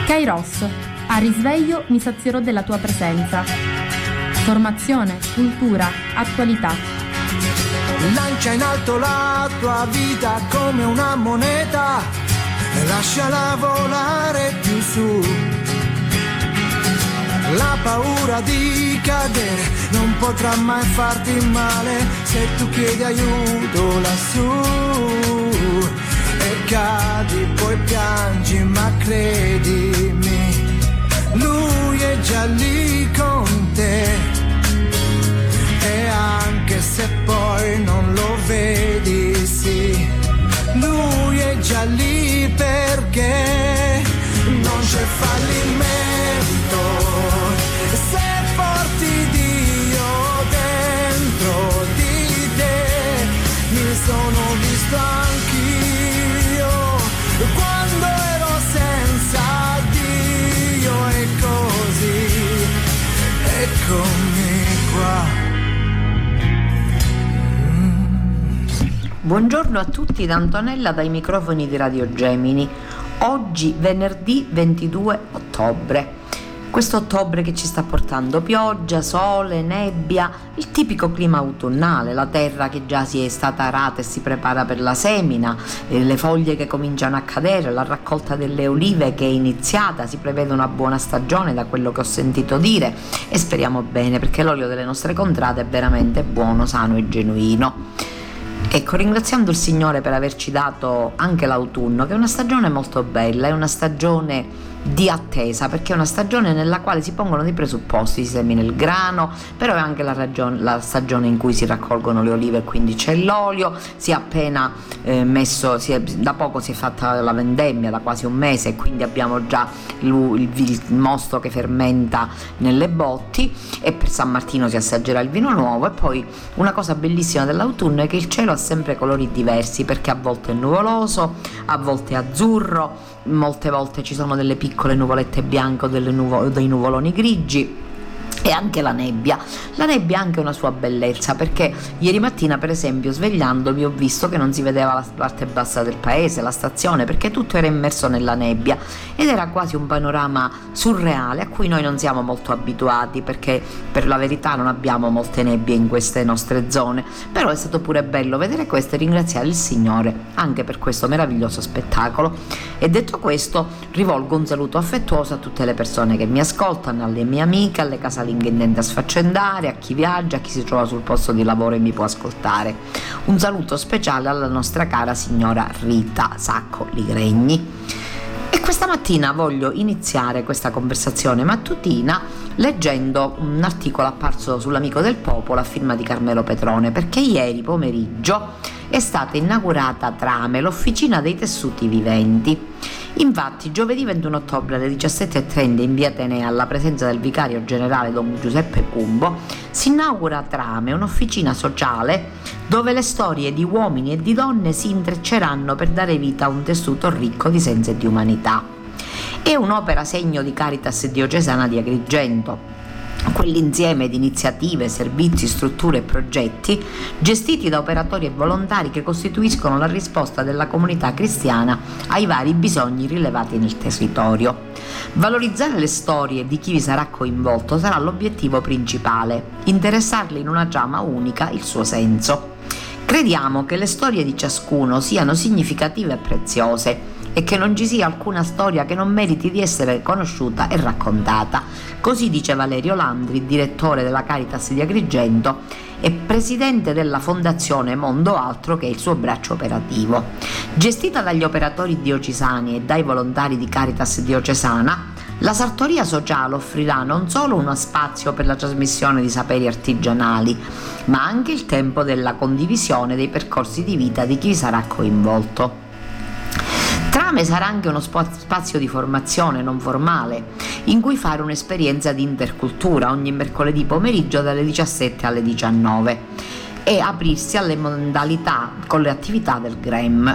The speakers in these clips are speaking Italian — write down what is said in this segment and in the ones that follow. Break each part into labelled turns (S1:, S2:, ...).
S1: Kairos, a risveglio mi sazierò della tua presenza. Formazione, cultura, attualità.
S2: Lancia in alto la tua vita come una moneta e lasciala volare più su. La paura di cadere non potrà mai farti male se tu chiedi aiuto lassù. E cadi, poi piangi, ma credimi, lui è già lì con te. E anche se poi non lo vedi, sì, lui è già lì perché non c'è fallimento se porti Dio dentro di te. Mi sono visto anch'io quando ero senza Dio e così eccomi qua.
S3: Buongiorno a tutti da Antonella dai microfoni di Radio Gemini. Oggi venerdì 22 ottobre. Questo ottobre che ci sta portando pioggia, sole, nebbia, il tipico clima autunnale, la terra che già si è stata arata e si prepara per la semina, le foglie che cominciano a cadere, la raccolta delle olive che è iniziata, si prevede una buona stagione da quello che ho sentito dire e speriamo bene perché l'olio delle nostre contrade è veramente buono, sano e genuino. Ecco, ringraziando il Signore per averci dato anche l'autunno, che è una stagione molto bella, è una stagione di attesa, perché è una stagione nella quale si pongono dei presupposti, si semina il grano, però è anche la stagione in cui si raccolgono le olive e quindi c'è l'olio, si è appena da poco si è fatta la vendemmia, da quasi un mese, e quindi abbiamo già il mosto che fermenta nelle botti e per San Martino si assaggerà il vino nuovo. E poi una cosa bellissima dell'autunno è che il cielo ha sempre colori diversi, perché a volte è nuvoloso, a volte è azzurro, molte volte ci sono delle piccole nuvolette bianche o dei nuvoloni grigi. E anche la nebbia ha anche una sua bellezza, perché ieri mattina per esempio svegliandomi ho visto che non si vedeva la parte bassa del paese, la stazione, perché tutto era immerso nella nebbia ed era quasi un panorama surreale a cui noi non siamo molto abituati, perché per la verità non abbiamo molte nebbie in queste nostre zone, però è stato pure bello vedere questo e ringraziare il Signore anche per questo meraviglioso spettacolo. E detto questo, rivolgo un saluto affettuoso a tutte le persone che mi ascoltano, alle mie amiche, alle casalinghe intende a sfaccendare, a chi viaggia, a chi si trova sul posto di lavoro e mi può ascoltare. Un saluto speciale alla nostra cara signora Rita Sacco Ligregni. E questa mattina voglio iniziare questa conversazione mattutina leggendo un articolo apparso sull'Amico del Popolo a firma di Carmelo Petrone, perché ieri pomeriggio è stata inaugurata Trame, l'officina dei tessuti viventi. Infatti giovedì 21 ottobre alle 17:30 in via Atenea, alla presenza del vicario generale Don Giuseppe Cumbo, si inaugura Trame, un'officina sociale dove le storie di uomini e di donne si intrecceranno per dare vita a un tessuto ricco di senso e di umanità. È un'opera segno di Caritas Diocesana di Agrigento, quell'insieme di iniziative, servizi, strutture e progetti gestiti da operatori e volontari che costituiscono la risposta della comunità cristiana ai vari bisogni rilevati nel territorio. Valorizzare le storie di chi vi sarà coinvolto sarà l'obiettivo principale, interessarli in una trama unica il suo senso. Crediamo che le storie di ciascuno siano significative e preziose e che non ci sia alcuna storia che non meriti di essere conosciuta e raccontata. Così dice Valerio Landri, direttore della Caritas di Agrigento e presidente della Fondazione Mondo Altro, che è il suo braccio operativo. Gestita dagli operatori diocesani e dai volontari di Caritas Diocesana, la sartoria sociale offrirà non solo uno spazio per la trasmissione di saperi artigianali, ma anche il tempo della condivisione dei percorsi di vita di chi sarà coinvolto. Trame sarà anche uno spazio di formazione non formale, in cui fare un'esperienza di intercultura ogni mercoledì pomeriggio dalle 17 alle 19 e aprirsi alle mondialità con le attività del GREM,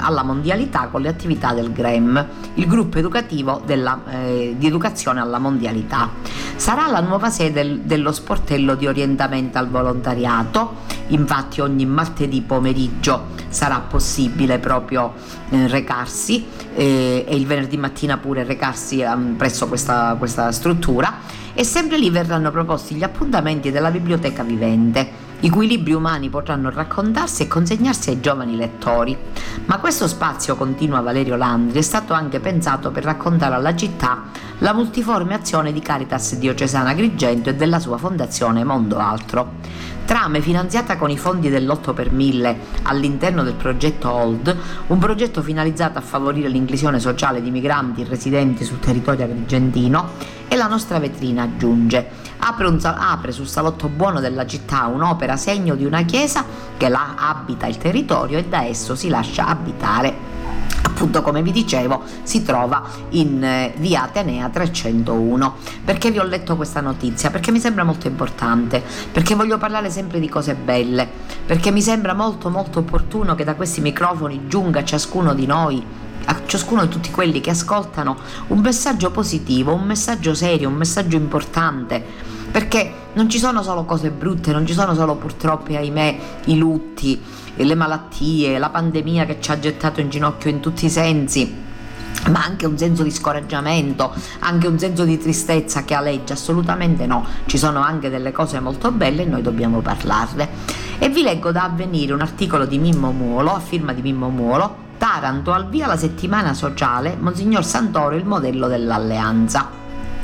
S3: il gruppo educativo di educazione alla mondialità. Sarà la nuova sede dello sportello di orientamento al volontariato infatti ogni martedì pomeriggio sarà possibile proprio recarsi e il venerdì mattina pure recarsi presso questa struttura, e sempre lì verranno proposti gli appuntamenti della biblioteca vivente, i cui libri umani potranno raccontarsi e consegnarsi ai giovani lettori. Ma questo spazio, continua Valerio Landri, è stato anche pensato per raccontare alla città la multiforme azione di Caritas Diocesana Agrigento e della sua fondazione Mondo Altro. Trame finanziata con i fondi dell'8 per 1000 all'interno del progetto HOLD, un progetto finalizzato a favorire l'inclusione sociale di migranti residenti sul territorio agrigentino, e la nostra vetrina aggiunge: apre sul salotto buono della città un'opera segno di una chiesa che là abita il territorio e da esso si lascia abitare. Appunto, come vi dicevo, si trova in via Atenea 301. Perché vi ho letto questa notizia? Perché mi sembra molto importante, perché voglio parlare sempre di cose belle, perché mi sembra molto molto opportuno che da questi microfoni giunga a ciascuno di noi, a ciascuno di tutti quelli che ascoltano, un messaggio positivo, un messaggio serio, un messaggio importante, perché non ci sono solo cose brutte, non ci sono solo purtroppo, ahimè, i lutti, le malattie, la pandemia che ci ha gettato in ginocchio in tutti i sensi, ma anche un senso di scoraggiamento, anche un senso di tristezza che aleggia. Assolutamente no, ci sono anche delle cose molto belle e noi dobbiamo parlarne. E vi leggo da Avvenire un articolo di Mimmo Muolo, a firma di Mimmo Muolo: Taranto, al via la settimana sociale, Monsignor Santoro il modello dell'alleanza.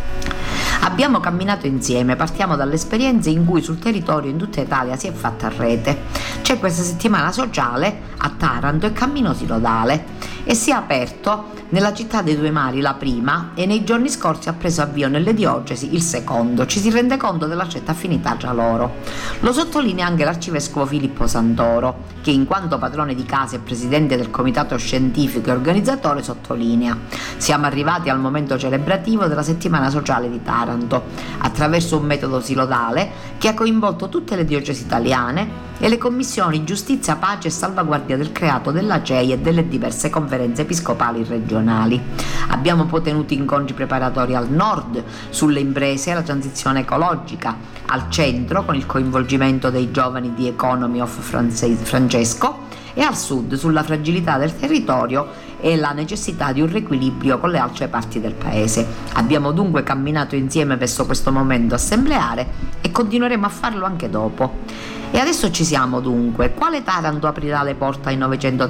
S3: Abbiamo camminato insieme, partiamo dalle esperienze in cui sul territorio in tutta Italia si è fatta rete. C'è questa settimana sociale a Taranto e cammino sinodale, e si è aperto nella città dei Due Mari la prima, e nei giorni scorsi ha preso avvio nelle diocesi il secondo. Ci si rende conto della stretta affinità tra loro. Lo sottolinea anche l'arcivescovo Filippo Santoro, che in quanto padrone di casa e presidente del comitato scientifico e organizzatore sottolinea: siamo arrivati al momento celebrativo della settimana sociale di Taranto, attraverso un metodo sinodale che ha coinvolto tutte le diocesi italiane e le commissioni giustizia, pace e salvaguardia del creato, della CEI e delle diverse conferenze episcopali regionali. Abbiamo poi tenuto incontri preparatori al nord sulle imprese e la transizione ecologica, al centro con il coinvolgimento dei giovani di Economy of Francesco, e al sud sulla fragilità del territorio e la necessità di un riequilibrio con le altre parti del paese. Abbiamo dunque camminato insieme verso questo momento assembleare e continueremo a farlo anche dopo. E adesso ci siamo dunque. Quale Taranto aprirà le porte ai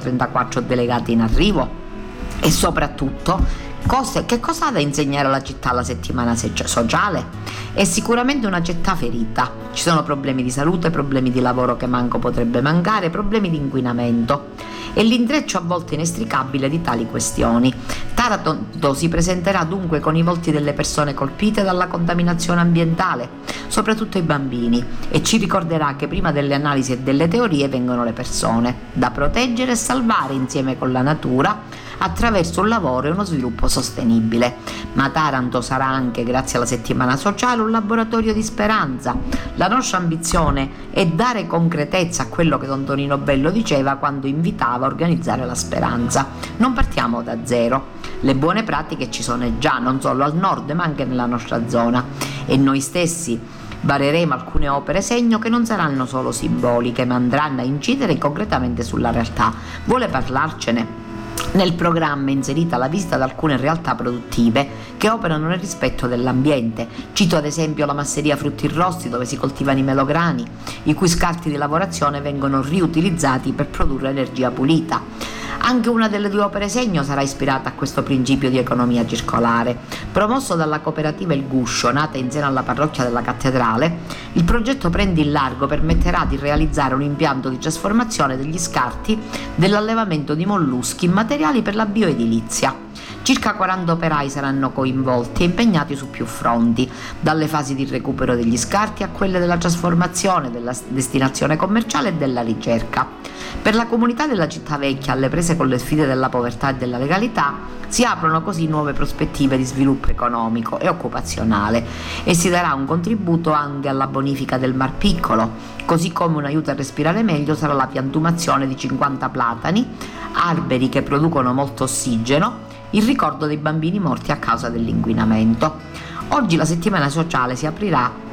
S3: 934 delegati in arrivo? E soprattutto, che cosa ha da insegnare alla città la settimana sociale? È sicuramente una città ferita. Ci sono problemi di salute, problemi di lavoro che manco potrebbe mancare, problemi di inquinamento e l'intreccio a volte inestricabile di tali questioni. Taranto si presenterà dunque con i volti delle persone colpite dalla contaminazione ambientale, soprattutto i bambini, e ci ricorderà che prima delle analisi e delle teorie vengono le persone, da proteggere e salvare insieme con la natura, attraverso un lavoro e uno sviluppo sostenibile. Ma Taranto sarà anche, grazie alla settimana sociale, un laboratorio di speranza. La nostra ambizione è dare concretezza a quello che Don Tonino Bello diceva quando invitava a organizzare la speranza. Non partiamo da zero. Le buone pratiche ci sono già, non solo al nord ma anche nella nostra zona, e noi stessi vareremo alcune opere segno che non saranno solo simboliche ma andranno a incidere concretamente sulla realtà. Vuole parlarcene? Nel programma è inserita la visita ad alcune realtà produttive che operano nel rispetto dell'ambiente. Cito ad esempio la masseria Frutti Rossi, dove si coltivano i melograni, i cui scarti di lavorazione vengono riutilizzati per produrre energia pulita. Anche una delle due opere segno sarà ispirata a questo principio di economia circolare. Promosso dalla cooperativa Il Guscio, nata in seno alla parrocchia della Cattedrale, il progetto Prendi il Largo permetterà di realizzare un impianto di trasformazione degli scarti dell'allevamento di molluschi in materiali per la bioedilizia. Circa 40 operai saranno coinvolti e impegnati su più fronti, dalle fasi di recupero degli scarti a quelle della trasformazione, della destinazione commerciale e della ricerca. Per la comunità della città vecchia, alle prese con le sfide della povertà e della legalità, si aprono così nuove prospettive di sviluppo economico e occupazionale e si darà un contributo anche alla bonifica del Mar Piccolo, così come un aiuto a respirare meglio sarà la piantumazione di 50 platani, alberi che producono molto ossigeno, in ricordo dei bambini morti a causa dell'inquinamento. Oggi la settimana sociale si aprirà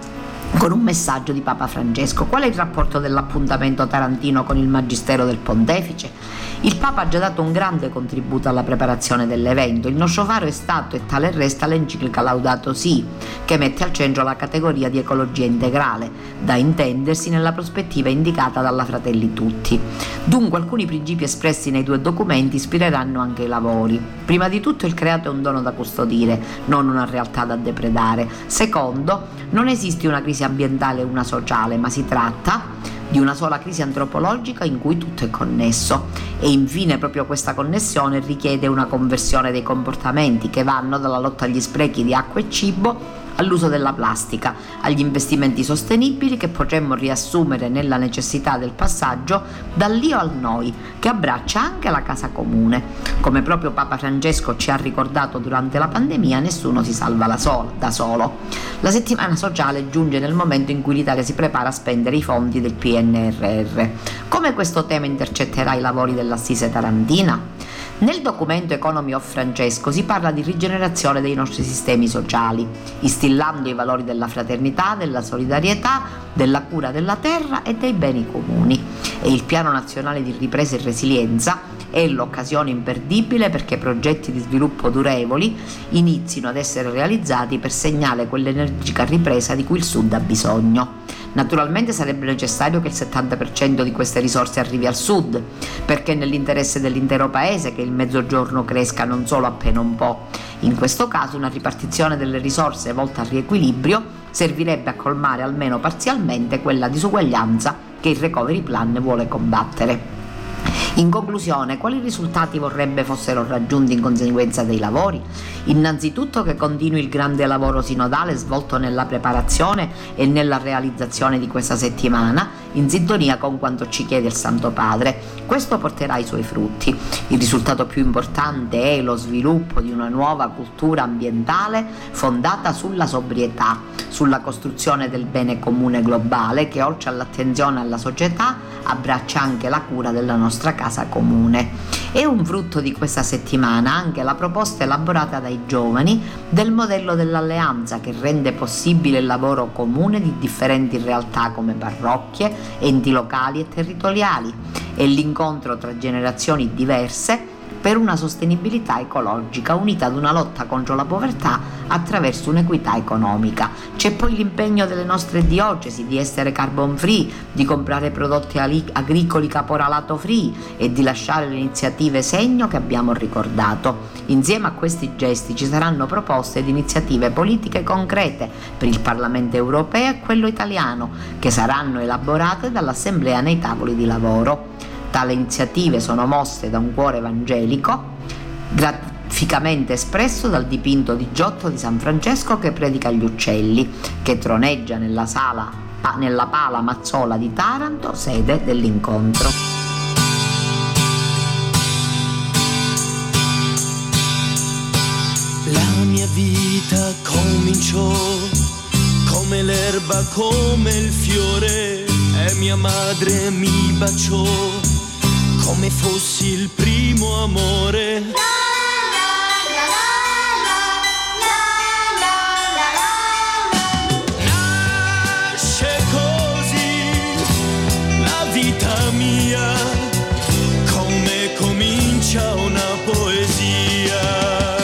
S3: con un messaggio di Papa Francesco. Qual è il rapporto dell'appuntamento tarantino con il magistero del pontefice? Il Papa ha già dato un grande contributo alla preparazione dell'evento. Il nostro faro è stato e tale resta l'enciclica Laudato Si, che mette al centro la categoria di ecologia integrale, da intendersi nella prospettiva indicata dalla Fratelli Tutti. Dunque alcuni principi espressi nei due documenti ispireranno anche i lavori. Prima di tutto il creato è un dono da custodire, non una realtà da depredare. Secondo, non esiste una crisi ambientale e una sociale, ma si tratta di una sola crisi antropologica in cui tutto è connesso. E infine proprio questa connessione richiede una conversione dei comportamenti che vanno dalla lotta agli sprechi di acqua e cibo all'uso della plastica, agli investimenti sostenibili che potremmo riassumere nella necessità del passaggio dall'io al noi, che abbraccia anche la casa comune. Come proprio Papa Francesco ci ha ricordato durante la pandemia, nessuno si salva da solo. La settimana sociale giunge nel momento in cui l'Italia si prepara a spendere i fondi del PNRR. Come questo tema intercetterà i lavori dell'Assise tarantina? Nel documento Economy of Francesco si parla di rigenerazione dei nostri sistemi sociali, instillando i valori della fraternità, della solidarietà, della cura della terra e dei beni comuni. E il Piano Nazionale di Ripresa e Resilienza è l'occasione imperdibile perché progetti di sviluppo durevoli inizino ad essere realizzati per segnare quell'energica ripresa di cui il Sud ha bisogno. Naturalmente sarebbe necessario che il 70% di queste risorse arrivi al Sud, perché è nell'interesse dell'intero Paese che il Mezzogiorno cresca non solo appena un po'. In questo caso una ripartizione delle risorse volta al riequilibrio servirebbe a colmare almeno parzialmente quella disuguaglianza che il Recovery Plan vuole combattere. In conclusione, quali risultati vorrebbe fossero raggiunti in conseguenza dei lavori? Innanzitutto che continui il grande lavoro sinodale svolto nella preparazione e nella realizzazione di questa settimana, in sintonia con quanto ci chiede il Santo Padre. Questo porterà i suoi frutti. Il risultato più importante è lo sviluppo di una nuova cultura ambientale fondata sulla sobrietà, sulla costruzione del bene comune globale che oltre all'attenzione alla società abbraccia anche la cura della nostra casa comune. È un frutto di questa settimana anche la proposta elaborata dai giovani del modello dell'alleanza che rende possibile il lavoro comune di differenti realtà come parrocchie, enti locali e territoriali e l'incontro tra generazioni diverse per una sostenibilità ecologica unita ad una lotta contro la povertà attraverso un'equità economica. C'è poi l'impegno delle nostre diocesi di essere carbon free, di comprare prodotti agricoli caporalato free e di lasciare le iniziative segno che abbiamo ricordato. Insieme a questi gesti ci saranno proposte ed iniziative politiche concrete per il Parlamento europeo e quello italiano, che saranno elaborate dall'Assemblea nei tavoli di lavoro. Tali iniziative sono mosse da un cuore evangelico, graficamente espresso dal dipinto di Giotto di San Francesco che predica agli uccelli, che troneggia nella Pala Mazzola di Taranto, sede dell'incontro.
S4: La mia vita cominciò come l'erba, come il fiore, e mia madre mi baciò come fossi il primo amore. Nasce così la vita mia, come comincia una poesia.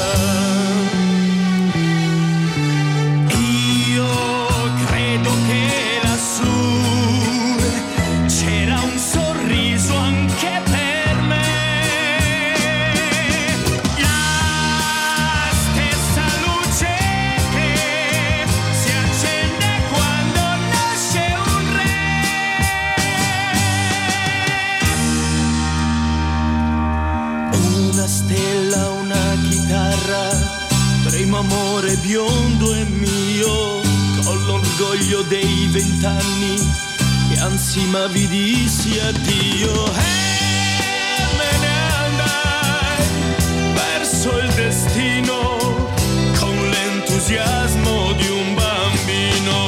S4: Amore biondo e mio, con l'orgoglio dei 20 anni, che anzi ma vi dissi addio. E me ne andai verso il destino con l'entusiasmo di un bambino.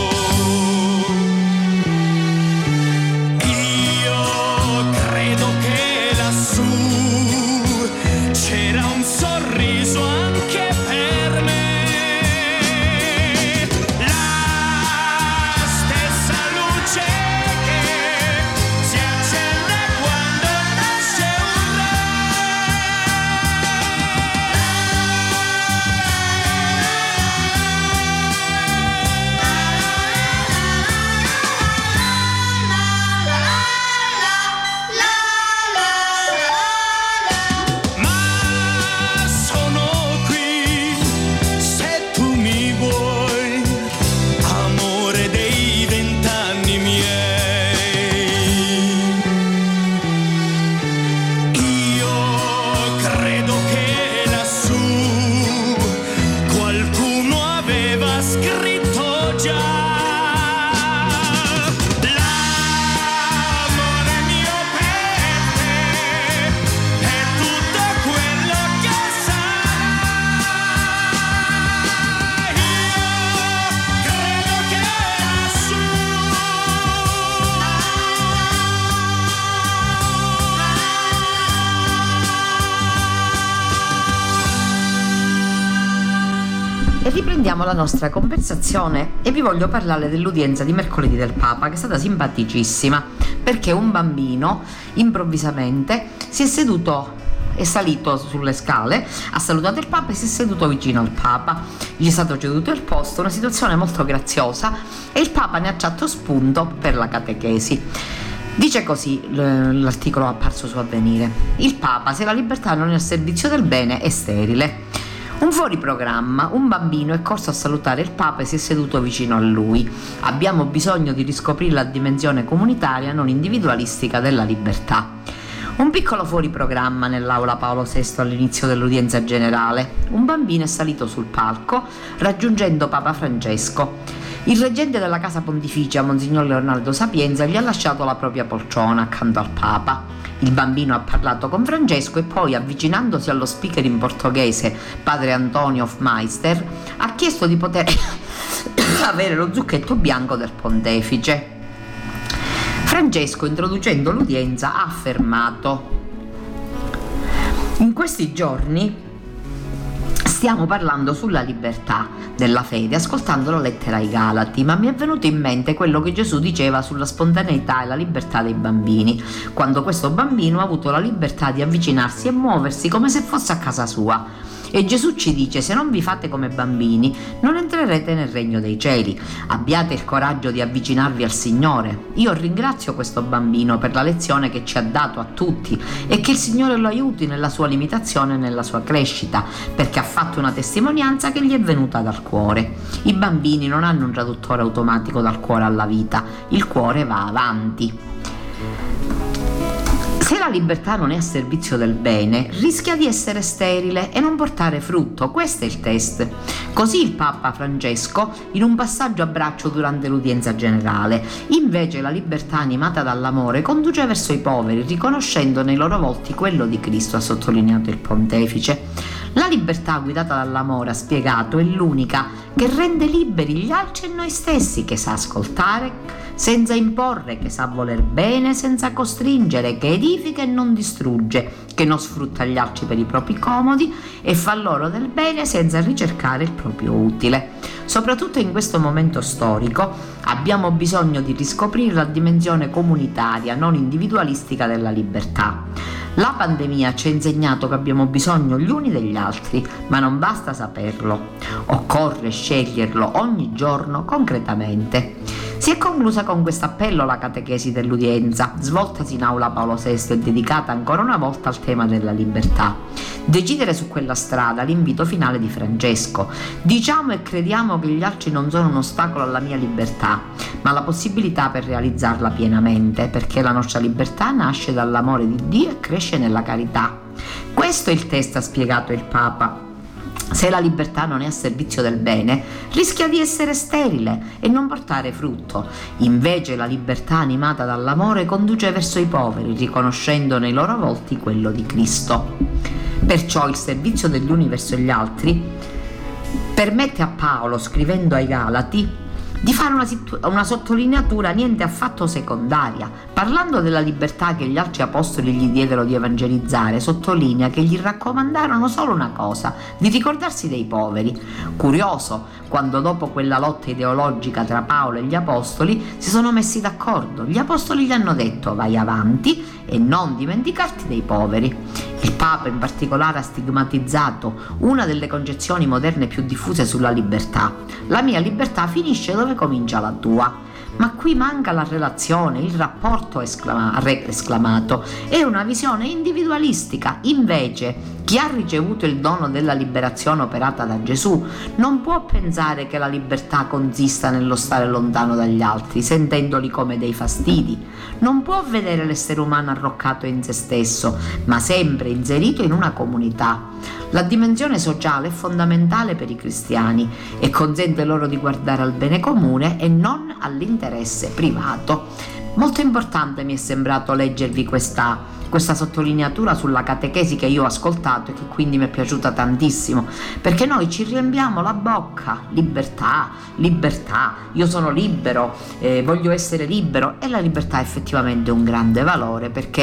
S4: Io credo che lassù c'era un sorriso anche per me.
S3: E riprendiamo la nostra conversazione e vi voglio parlare dell'udienza di mercoledì del Papa, che è stata simpaticissima, perché un bambino improvvisamente è salito sulle scale, ha salutato il Papa e si è seduto vicino al Papa. Gli è stato ceduto il posto, una situazione molto graziosa, e il Papa ne ha tratto spunto per la catechesi. Dice così l'articolo apparso su Avvenire: il Papa, se la libertà non è al servizio del bene, è sterile. Un fuori programma, un bambino è corso a salutare il Papa e si è seduto vicino a lui. Abbiamo bisogno di riscoprire la dimensione comunitaria, non individualistica, della libertà. Un piccolo fuori programma nell'aula Paolo VI all'inizio dell'udienza generale. Un bambino è salito sul palco raggiungendo Papa Francesco. Il reggente della Casa Pontificia, Monsignor Leonardo Sapienza, gli ha lasciato la propria poltrona accanto al Papa. Il bambino ha parlato con Francesco e poi, avvicinandosi allo speaker in portoghese, padre Antonio Hofmeister, ha chiesto di poter avere lo zucchetto bianco del pontefice. Francesco, introducendo l'udienza, ha affermato: in questi giorni stiamo parlando sulla libertà della fede, ascoltando la lettera ai Galati, ma mi è venuto in mente quello che Gesù diceva sulla spontaneità e la libertà dei bambini, quando questo bambino ha avuto la libertà di avvicinarsi e muoversi come se fosse a casa sua. E Gesù ci dice: se non vi fate come bambini, non entrerete nel regno dei cieli. Abbiate il coraggio di avvicinarvi al Signore. Io ringrazio questo bambino per la lezione che ci ha dato a tutti, e che il Signore lo aiuti nella sua limitazione e nella sua crescita, perché ha fatto una testimonianza che gli è venuta dal cuore. I bambini non hanno un traduttore automatico dal cuore alla vita, il cuore va avanti. Se la libertà non è a servizio del bene, rischia di essere sterile e non portare frutto. Questo è il test. Così il Papa Francesco in un passaggio a braccio durante l'udienza generale. Invece la libertà animata dall'amore conduce verso i poveri, riconoscendo nei loro volti quello di Cristo, ha sottolineato il pontefice. La libertà guidata dall'amore, ha spiegato, è l'unica che rende liberi gli altri e noi stessi, che sa ascoltare senza imporre, che sa voler bene senza costringere, che edifica e non distrugge, che non sfrutta gli altri per i propri comodi e fa loro del bene senza ricercare il proprio utile. Soprattutto in questo momento storico abbiamo bisogno di riscoprire la dimensione comunitaria, non individualistica, della libertà. La pandemia ci ha insegnato che abbiamo bisogno gli uni degli altri, ma non basta saperlo, occorre sceglierlo ogni giorno concretamente. Si è conclusa con questo appello la catechesi dell'udienza, svoltasi in aula Paolo VI e dedicata ancora una volta al tema della libertà. Decidere su quella strada, l'invito finale di Francesco. Diciamo e crediamo che gli altri non sono un ostacolo alla mia libertà, ma la possibilità per realizzarla pienamente, perché la nostra libertà nasce dall'amore di Dio e cresce nella carità. Questo è il test, ha spiegato il Papa. Se la libertà non è a servizio del bene, rischia di essere sterile e non portare frutto. Invece la libertà animata dall'amore conduce verso i poveri, riconoscendo nei loro volti quello di Cristo. Perciò il servizio degli uni verso gli altri permette a Paolo, scrivendo ai Galati, di fare una sottolineatura niente affatto secondaria. Parlando della libertà che gli altri apostoli gli diedero di evangelizzare, sottolinea che gli raccomandarono solo una cosa: di ricordarsi dei poveri. Curioso, quando dopo quella lotta ideologica tra Paolo e gli apostoli si sono messi d'accordo. Gli apostoli gli hanno detto: vai avanti e non dimenticarti dei poveri. Il Papa in particolare ha stigmatizzato una delle concezioni moderne più diffuse sulla libertà: la mia libertà finisce dove comincia la tua. Ma qui manca la relazione, il rapporto, ha esclamato. È una visione individualistica. Invece, chi ha ricevuto il dono della liberazione operata da Gesù non può pensare che la libertà consista nello stare lontano dagli altri, sentendoli come dei fastidi. Non può vedere l'essere umano arroccato in se stesso, ma sempre inserito in una comunità. La dimensione sociale è fondamentale per i cristiani e consente loro di guardare al bene comune e non all'interesse privato. Molto importante mi è sembrato leggervi questa sottolineatura sulla catechesi che io ho ascoltato e che quindi mi è piaciuta tantissimo, perché noi ci riempiamo la bocca: libertà, libertà, io sono libero, voglio essere libero, e la libertà è effettivamente un grande valore, perché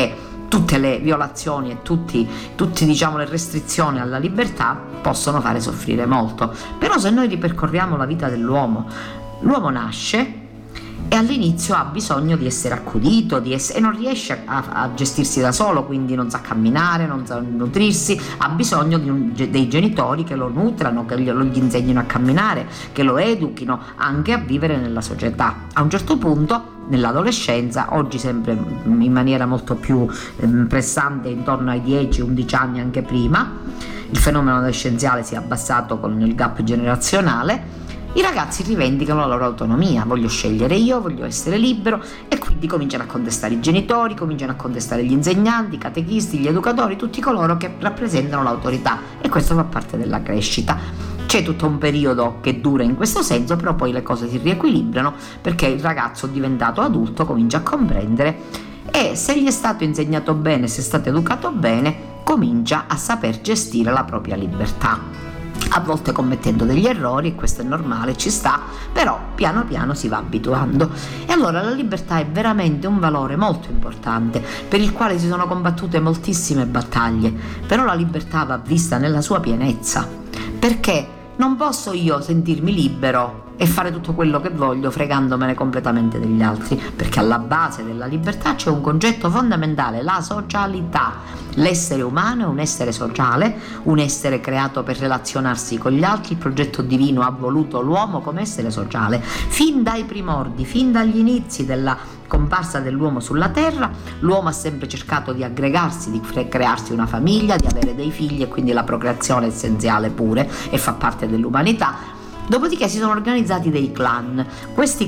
S3: tutte le violazioni e tutti diciamo le restrizioni alla libertà possono fare soffrire molto. Però se noi ripercorriamo la vita dell'uomo, l'uomo nasce e all'inizio ha bisogno di essere accudito, e non riesce a gestirsi da solo, quindi non sa camminare, non sa nutrirsi, ha bisogno dei genitori che lo nutrano, che gli insegnino a camminare, che lo educhino anche a vivere nella società. A un certo punto, nell'adolescenza, oggi sempre in maniera molto più pressante, intorno ai 10-11 anni, anche prima, il fenomeno adolescenziale si è abbassato con il gap generazionale. I ragazzi rivendicano la loro autonomia, voglio scegliere io, voglio essere libero, e quindi cominciano a contestare i genitori, cominciano a contestare gli insegnanti, i catechisti, gli educatori, tutti coloro che rappresentano l'autorità, e questo fa parte della crescita. C'è tutto un periodo che dura in questo senso, però poi le cose si riequilibrano perché il ragazzo diventato adulto comincia a comprendere, e se gli è stato insegnato bene, se è stato educato bene, comincia a saper gestire la propria libertà. A volte commettendo degli errori, e questo è normale, ci sta, però piano piano si va abituando. E allora la libertà è veramente un valore molto importante, per il quale si sono combattute moltissime battaglie, però la libertà va vista nella sua pienezza, perché non posso io sentirmi libero e fare tutto quello che voglio fregandomene completamente degli altri, perché alla base della libertà c'è un concetto fondamentale, la socialità. L'essere umano è un essere sociale, un essere creato per relazionarsi con gli altri. Il progetto divino ha voluto l'uomo come essere sociale, fin dai primordi, fin dagli inizi della comparsa dell'uomo sulla terra. L'uomo ha sempre cercato di aggregarsi, di crearsi una famiglia, di avere dei figli, e quindi la procreazione è essenziale pure e fa parte dell'umanità. Dopodiché si sono organizzati dei clan, questi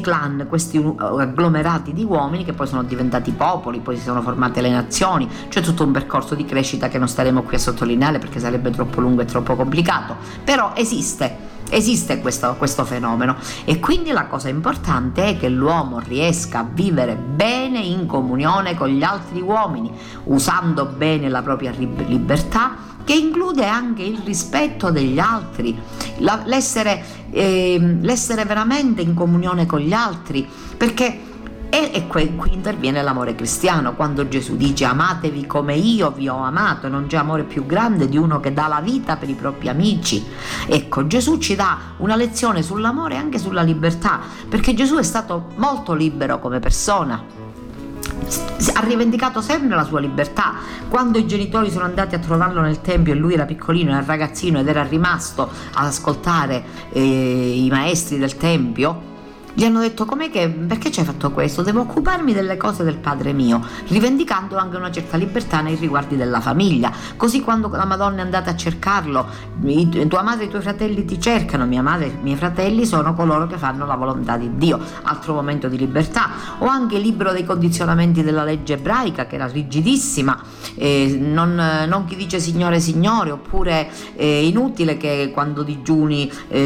S3: agglomerati di uomini che poi sono diventati popoli, poi si sono formate le nazioni. C'è tutto un percorso di crescita che non staremo qui a sottolineare perché sarebbe troppo lungo e troppo complicato, però esiste questo fenomeno, e quindi la cosa importante è che l'uomo riesca a vivere bene in comunione con gli altri uomini, usando bene la propria libertà, che include anche il rispetto degli altri, l'essere veramente in comunione con gli altri, perché qui interviene l'amore cristiano, quando Gesù dice amatevi come io vi ho amato, e non c'è amore più grande di uno che dà la vita per i propri amici. Ecco, Gesù ci dà una lezione sull'amore e anche sulla libertà, perché Gesù è stato molto libero come persona, ha rivendicato sempre la sua libertà. Quando i genitori sono andati a trovarlo nel tempio e lui era piccolino, era ragazzino ed era rimasto ad ascoltare i maestri del tempio, gli hanno detto perché ci hai fatto questo? Devo occuparmi delle cose del Padre mio, rivendicando anche una certa libertà nei riguardi della famiglia. Così quando la Madonna è andata a cercarlo, tua madre e i tuoi fratelli ti cercano, mia madre e i miei fratelli sono coloro che fanno la volontà di Dio, altro momento di libertà. O anche libero dei condizionamenti della legge ebraica, che era rigidissima, non chi dice Signore Signore, oppure inutile che quando digiuni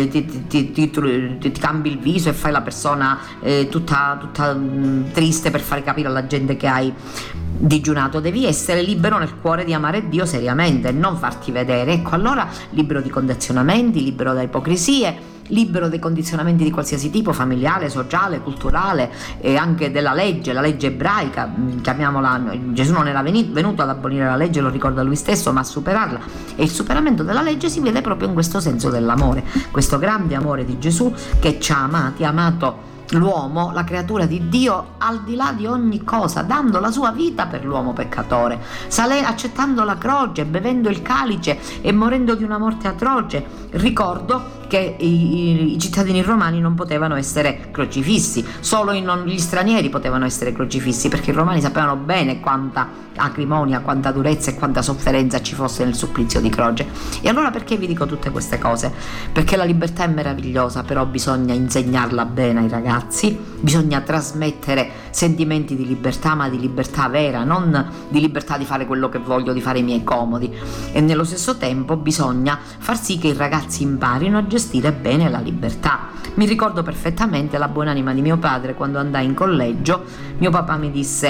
S3: ti cambi il viso e fai la persona tutta triste per fare capire alla gente che hai digiunato. Devi essere libero nel cuore di amare Dio seriamente e non farti vedere. Ecco, allora libero di condizionamenti, libero da ipocrisie, libero dai condizionamenti di qualsiasi tipo, familiare, sociale, culturale, e anche della legge, la legge ebraica, chiamiamola. Gesù non era venuto ad abolire la legge, lo ricorda lui stesso, ma a superarla, e il superamento della legge si vede proprio in questo senso dell'amore, questo grande amore di Gesù che ci ha amati, ha amato l'uomo, la creatura di Dio, al di là di ogni cosa, dando la sua vita per l'uomo peccatore, accettando la croce, bevendo il calice e morendo di una morte atroce. Ricordo che i cittadini romani non potevano essere crocifissi, solo gli stranieri potevano essere crocifissi, perché i romani sapevano bene quanta acrimonia, quanta durezza e quanta sofferenza ci fosse nel supplizio di croce. E allora perché vi dico tutte queste cose? Perché la libertà è meravigliosa, però bisogna insegnarla bene ai ragazzi, bisogna trasmettere sentimenti di libertà, ma di libertà vera, non di libertà di fare quello che voglio, di fare i miei comodi. E nello stesso tempo bisogna far sì che i ragazzi imparino a gestire bene la libertà. Mi ricordo perfettamente la buonanima di mio padre quando andai in collegio. Mio papà mi disse: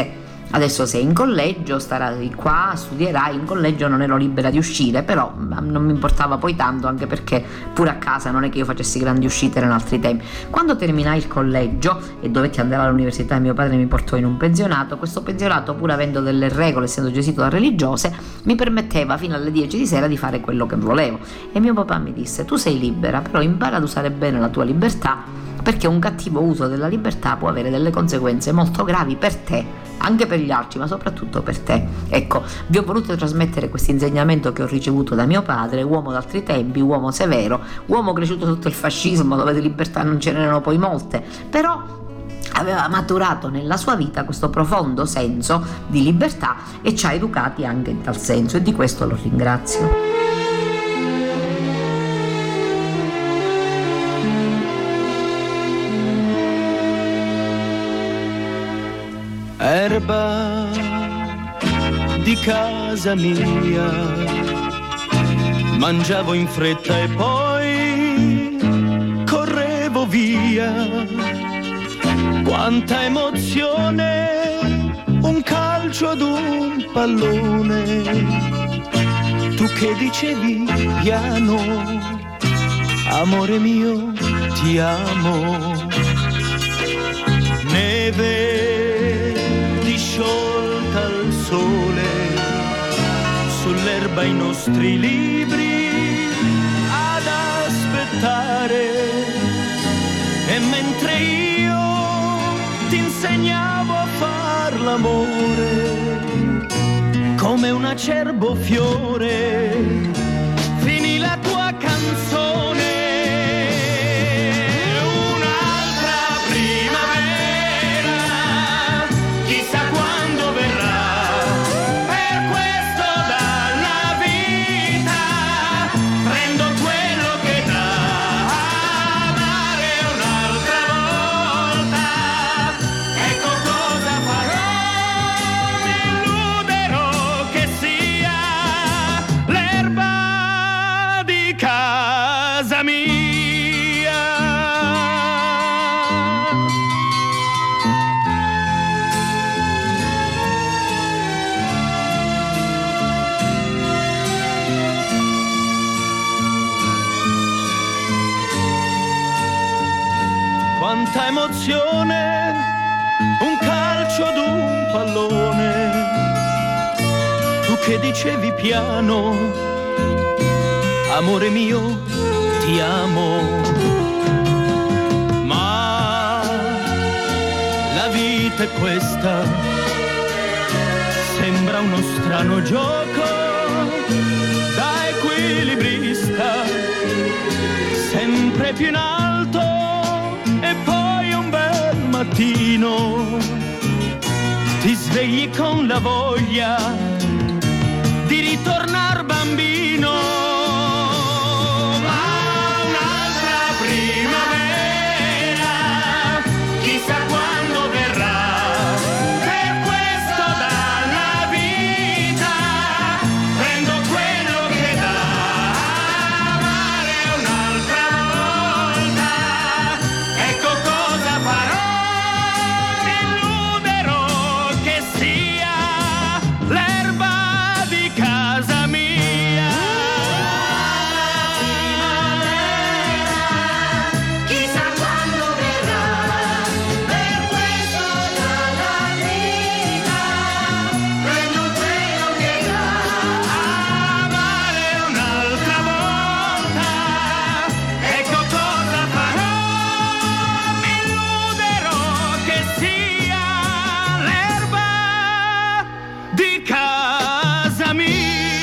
S3: Adesso sei in collegio, starai qua, studierai, in collegio non ero libera di uscire, però non mi importava poi tanto, anche perché pure a casa non è che io facessi grandi uscite, erano altri tempi. Quando terminai il collegio e dovetti andare all'università e mio padre mi portò in un pensionato, questo pensionato, pur avendo delle regole, essendo gestito da religiose, mi permetteva fino alle 10 di sera di fare quello che volevo. E mio papà mi disse: tu sei libera, però impara ad usare bene la tua libertà, perché un cattivo uso della libertà può avere delle conseguenze molto gravi per te, anche per gli altri, ma soprattutto per te. Ecco, vi ho voluto trasmettere questo insegnamento che ho ricevuto da mio padre, uomo d'altri tempi, uomo severo, uomo cresciuto sotto il fascismo, dove di libertà non ce n'erano poi molte, però aveva maturato nella sua vita questo profondo senso di libertà e ci ha educati anche in tal senso, e di questo lo ringrazio.
S4: Erba di casa mia, mangiavo in fretta e poi correvo via. Quanta emozione, un calcio ad un pallone. Tu che dicevi piano, amore mio, ti amo. Neve sciolta al sole, sull'erba i nostri libri ad aspettare, e mentre io ti insegnavo a far l'amore come un acerbo fiore, finì la tua canzone. Quanta emozione, un calcio ad un pallone. Tu che dicevi piano, amore mio, ti amo. Ma la vita è questa, sembra uno strano gioco da equilibrista, sempre più in alto, e poi un bel mattino ti svegli con la voglia di ritornar bambino. Ma un'altra primavera, chissà quando verrà, per questo dalla vita prendo quello che dà. Amare un'altra volta, ecco cosa farò, mi illuderò che sia l'erba di casa mia. Chissà quando verrà, per questo dalla vita prendo quello che dà. Amare un'altra volta, ecco cosa farò, mi illuderò che sia l'erba di casa mia.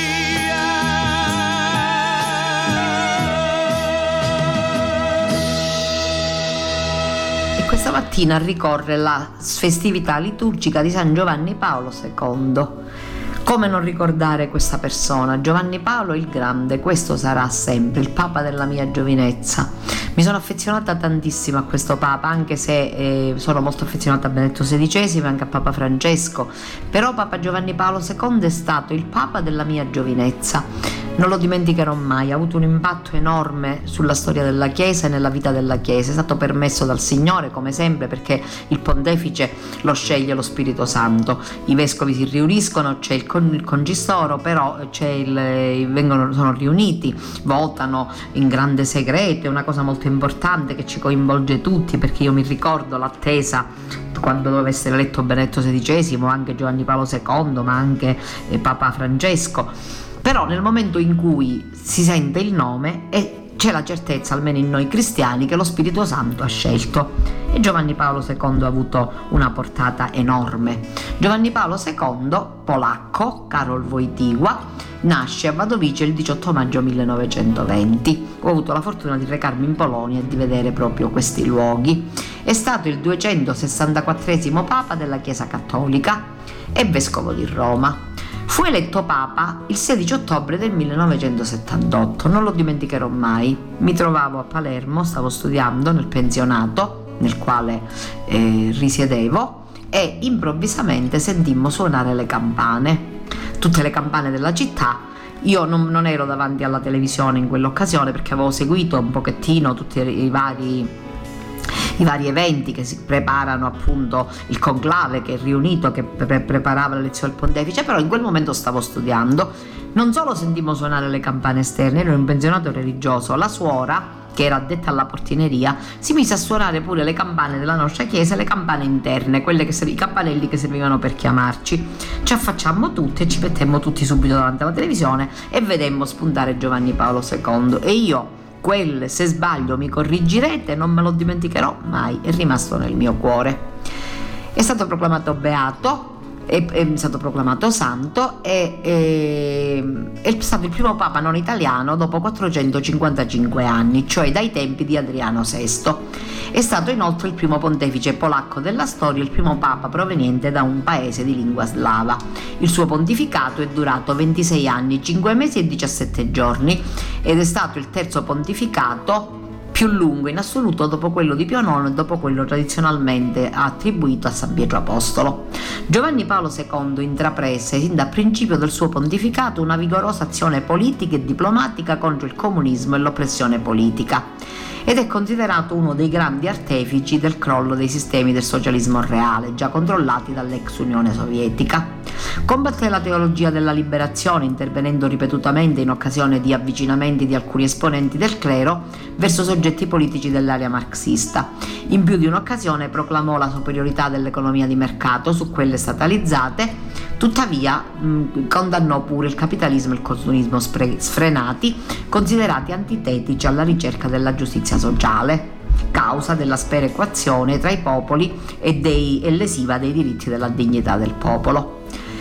S3: E questa mattina ricorre la festività liturgica di San Giovanni Paolo II. Come non ricordare questa persona? Giovanni Paolo il Grande, questo sarà sempre il Papa della mia giovinezza. Mi sono affezionata tantissimo a questo Papa, anche se sono molto affezionata a Benedetto XVI e anche a Papa Francesco, però Papa Giovanni Paolo II è stato il Papa della mia giovinezza. Non lo dimenticherò mai, ha avuto un impatto enorme sulla storia della Chiesa e nella vita della Chiesa. È stato permesso dal Signore, come sempre, perché il pontefice lo sceglie lo Spirito Santo. I vescovi si riuniscono, c'è il concistoro, però sono riuniti, votano in grande segreto. È una cosa molto importante che ci coinvolge tutti, perché io mi ricordo l'attesa quando doveva essere eletto Benedetto XVI, anche Giovanni Paolo II, ma anche Papa Francesco. Però nel momento in cui si sente il nome c'è la certezza, almeno in noi cristiani, che lo Spirito Santo ha scelto, e Giovanni Paolo II ha avuto una portata enorme. Giovanni Paolo II, polacco, Karol Wojtyła, nasce a Wadowice il 18 maggio 1920. Ho avuto la fortuna di recarmi in Polonia e di vedere proprio questi luoghi. È stato il 264esimo Papa della Chiesa Cattolica e Vescovo di Roma. Fu eletto Papa il 16 ottobre del 1978, non lo dimenticherò mai. Mi trovavo a Palermo, stavo studiando nel pensionato nel quale risiedevo, e improvvisamente sentimmo suonare le campane, tutte le campane della città. Io non ero davanti alla televisione in quell'occasione, perché avevo seguito un pochettino tutti i vari eventi che si preparano, appunto il conclave che è riunito, che preparava l'elezione del pontefice, però in quel momento stavo studiando. Non solo sentimmo suonare le campane esterne, ero in un pensionato religioso, la suora, che era addetta alla portineria, si mise a suonare pure le campane della nostra chiesa, le campane interne, i campanelli che servivano per chiamarci. Ci affacciammo tutti e ci mettemmo tutti subito davanti alla televisione e vedemmo spuntare Giovanni Paolo II, e io, se sbaglio mi corrigerete, non me lo dimenticherò mai, è rimasto nel mio cuore. È stato proclamato beato, è stato proclamato santo, è stato il primo papa non italiano dopo 455 anni, cioè dai tempi di Adriano VI. È stato inoltre il primo pontefice polacco della storia, il primo papa proveniente da un paese di lingua slava. Il suo pontificato è durato 26 anni, 5 mesi e 17 giorni ed è stato il terzo pontificato più lungo in assoluto dopo quello di Pio IX e dopo quello tradizionalmente attribuito a San Pietro Apostolo. Giovanni Paolo II intraprese sin dal principio del suo pontificato una vigorosa azione politica e diplomatica contro il comunismo e l'oppressione politica, ed è considerato uno dei grandi artefici del crollo dei sistemi del socialismo reale, già controllati dall'ex Unione Sovietica. Combatté la teologia della liberazione, intervenendo ripetutamente in occasione di avvicinamenti di alcuni esponenti del clero verso soggetti politici dell'area marxista. In più di un'occasione proclamò la superiorità dell'economia di mercato su quelle statalizzate, tuttavia condannò pure il capitalismo e il consumismo sfrenati, considerati antitetici alla ricerca della giustizia sociale, causa della sperequazione tra i popoli e lesiva dei diritti della dignità del popolo.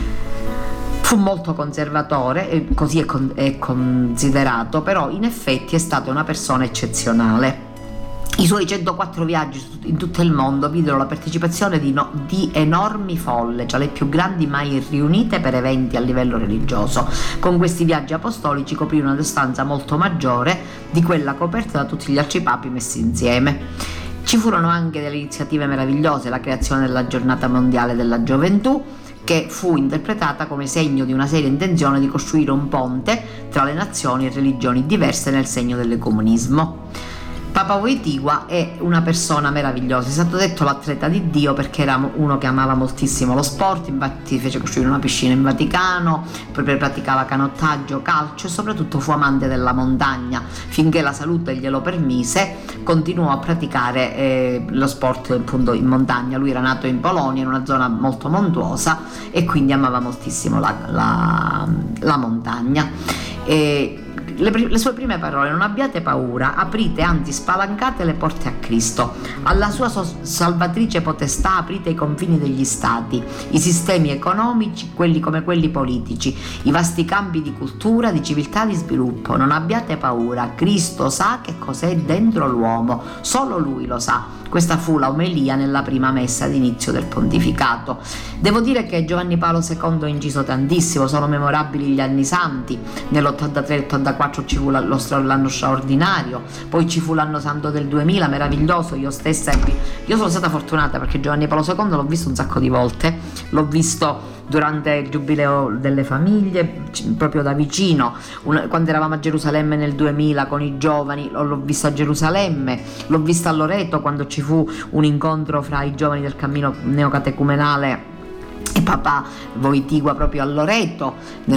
S3: Fu molto conservatore, e così è considerato, però in effetti è stata una persona eccezionale. I suoi 104 viaggi in tutto il mondo videro la partecipazione di enormi folle, cioè le più grandi mai riunite per eventi a livello religioso. Con questi viaggi apostolici coprì una distanza molto maggiore di quella coperta da tutti gli altri papi messi insieme. Ci furono anche delle iniziative meravigliose, la creazione della Giornata Mondiale della Gioventù, che fu interpretata come segno di una seria intenzione di costruire un ponte tra le nazioni e religioni diverse nel segno dell'ecumenismo. Papa Wojtyła è una persona meravigliosa, è stato detto l'atleta di Dio perché era uno che amava moltissimo lo sport, infatti fece costruire una piscina in Vaticano, poi praticava canottaggio, calcio e soprattutto fu amante della montagna. Finché la salute glielo permise, continuò a praticare lo sport appunto in montagna. Lui era nato in Polonia, in una zona molto montuosa, e quindi amava moltissimo la montagna. Le sue prime parole: non abbiate paura, aprite, anzi spalancate le porte a Cristo, alla sua salvatrice potestà aprite i confini degli stati, i sistemi economici, quelli come quelli politici, i vasti campi di cultura, di civiltà, di sviluppo. Non abbiate paura, Cristo sa che cos'è dentro l'uomo, solo Lui lo sa. Questa fu la omelia nella prima messa d'inizio del pontificato. Devo dire che Giovanni Paolo II ha inciso tantissimo, sono memorabili gli anni santi. Nell'83-84 94 ci fu l'anno straordinario, poi ci fu l'anno santo del 2000, meraviglioso. Io sono stata fortunata perché Giovanni Paolo II l'ho visto un sacco di volte, l'ho visto durante il giubileo delle famiglie, proprio da vicino, quando eravamo a Gerusalemme nel 2000 con i giovani, l'ho visto a Gerusalemme, l'ho visto a Loreto quando ci fu un incontro fra i giovani del cammino neocatecumenale e Papa Wojtyła proprio a Loreto, in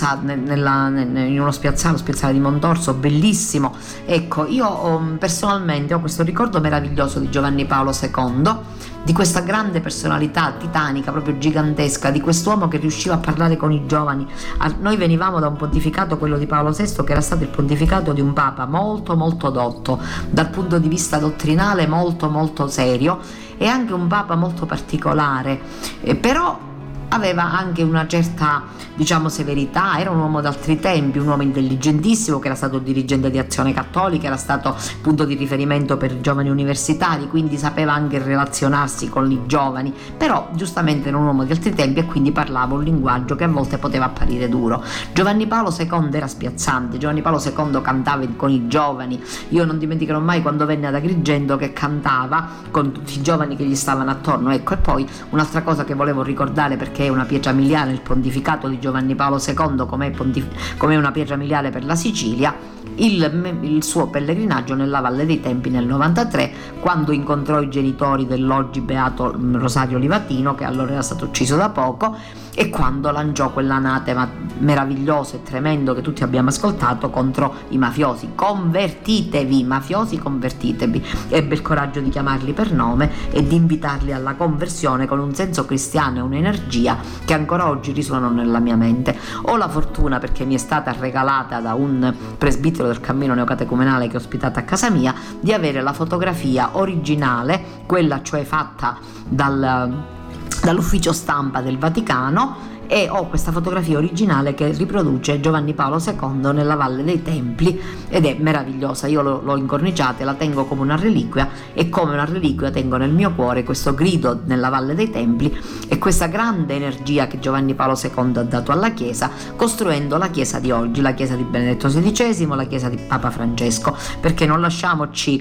S3: uno spiazzale, lo spiazzale di Montorso, bellissimo. Ecco, io personalmente ho questo ricordo meraviglioso di Giovanni Paolo II, di questa grande personalità titanica, proprio gigantesca, di quest'uomo che riusciva a parlare con i giovani. Noi venivamo da un pontificato, quello di Paolo VI, che era stato il pontificato di un papa molto molto dotto, dal punto di vista dottrinale molto molto serio, e anche un papa molto particolare, però aveva anche una certa, diciamo, severità. Era un uomo d'altri tempi, un uomo intelligentissimo, che era stato dirigente di Azione Cattolica, era stato punto di riferimento per i giovani universitari, quindi sapeva anche relazionarsi con i giovani, però giustamente era un uomo di altri tempi e quindi parlava un linguaggio che a volte poteva apparire duro. Giovanni Paolo II era spiazzante. Giovanni Paolo II cantava con i giovani. Io non dimenticherò mai quando venne ad Agrigento che cantava con tutti i giovani che gli stavano attorno. Ecco, e poi un'altra cosa che volevo ricordare, perché è una pietra miliare il pontificato di Giovanni Paolo II, come una pietra miliare per la Sicilia, il suo pellegrinaggio nella Valle dei Tempii nel 93, quando incontrò i genitori dell'oggi beato Rosario Livatino, che allora era stato ucciso da poco, e quando lanciò quell'anatema meraviglioso e tremendo che tutti abbiamo ascoltato contro i mafiosi: convertitevi, mafiosi, convertitevi. Ebbe il coraggio di chiamarli per nome e di invitarli alla conversione con un senso cristiano e un'energia che ancora oggi risuonano nella mia mente. Ho la fortuna, perché mi è stata regalata da un presbitero del cammino neocatecumenale che ho ospitato a casa mia, di avere la fotografia originale, quella cioè fatta dall'ufficio stampa del Vaticano, e ho questa fotografia originale che riproduce Giovanni Paolo II nella Valle dei Templi ed è meravigliosa. Io l'ho incorniciata e la tengo come una reliquia, e come una reliquia tengo nel mio cuore questo grido nella Valle dei Templi e questa grande energia che Giovanni Paolo II ha dato alla Chiesa, costruendo la Chiesa di oggi, la Chiesa di Benedetto XVI, la Chiesa di Papa Francesco, perché non lasciamoci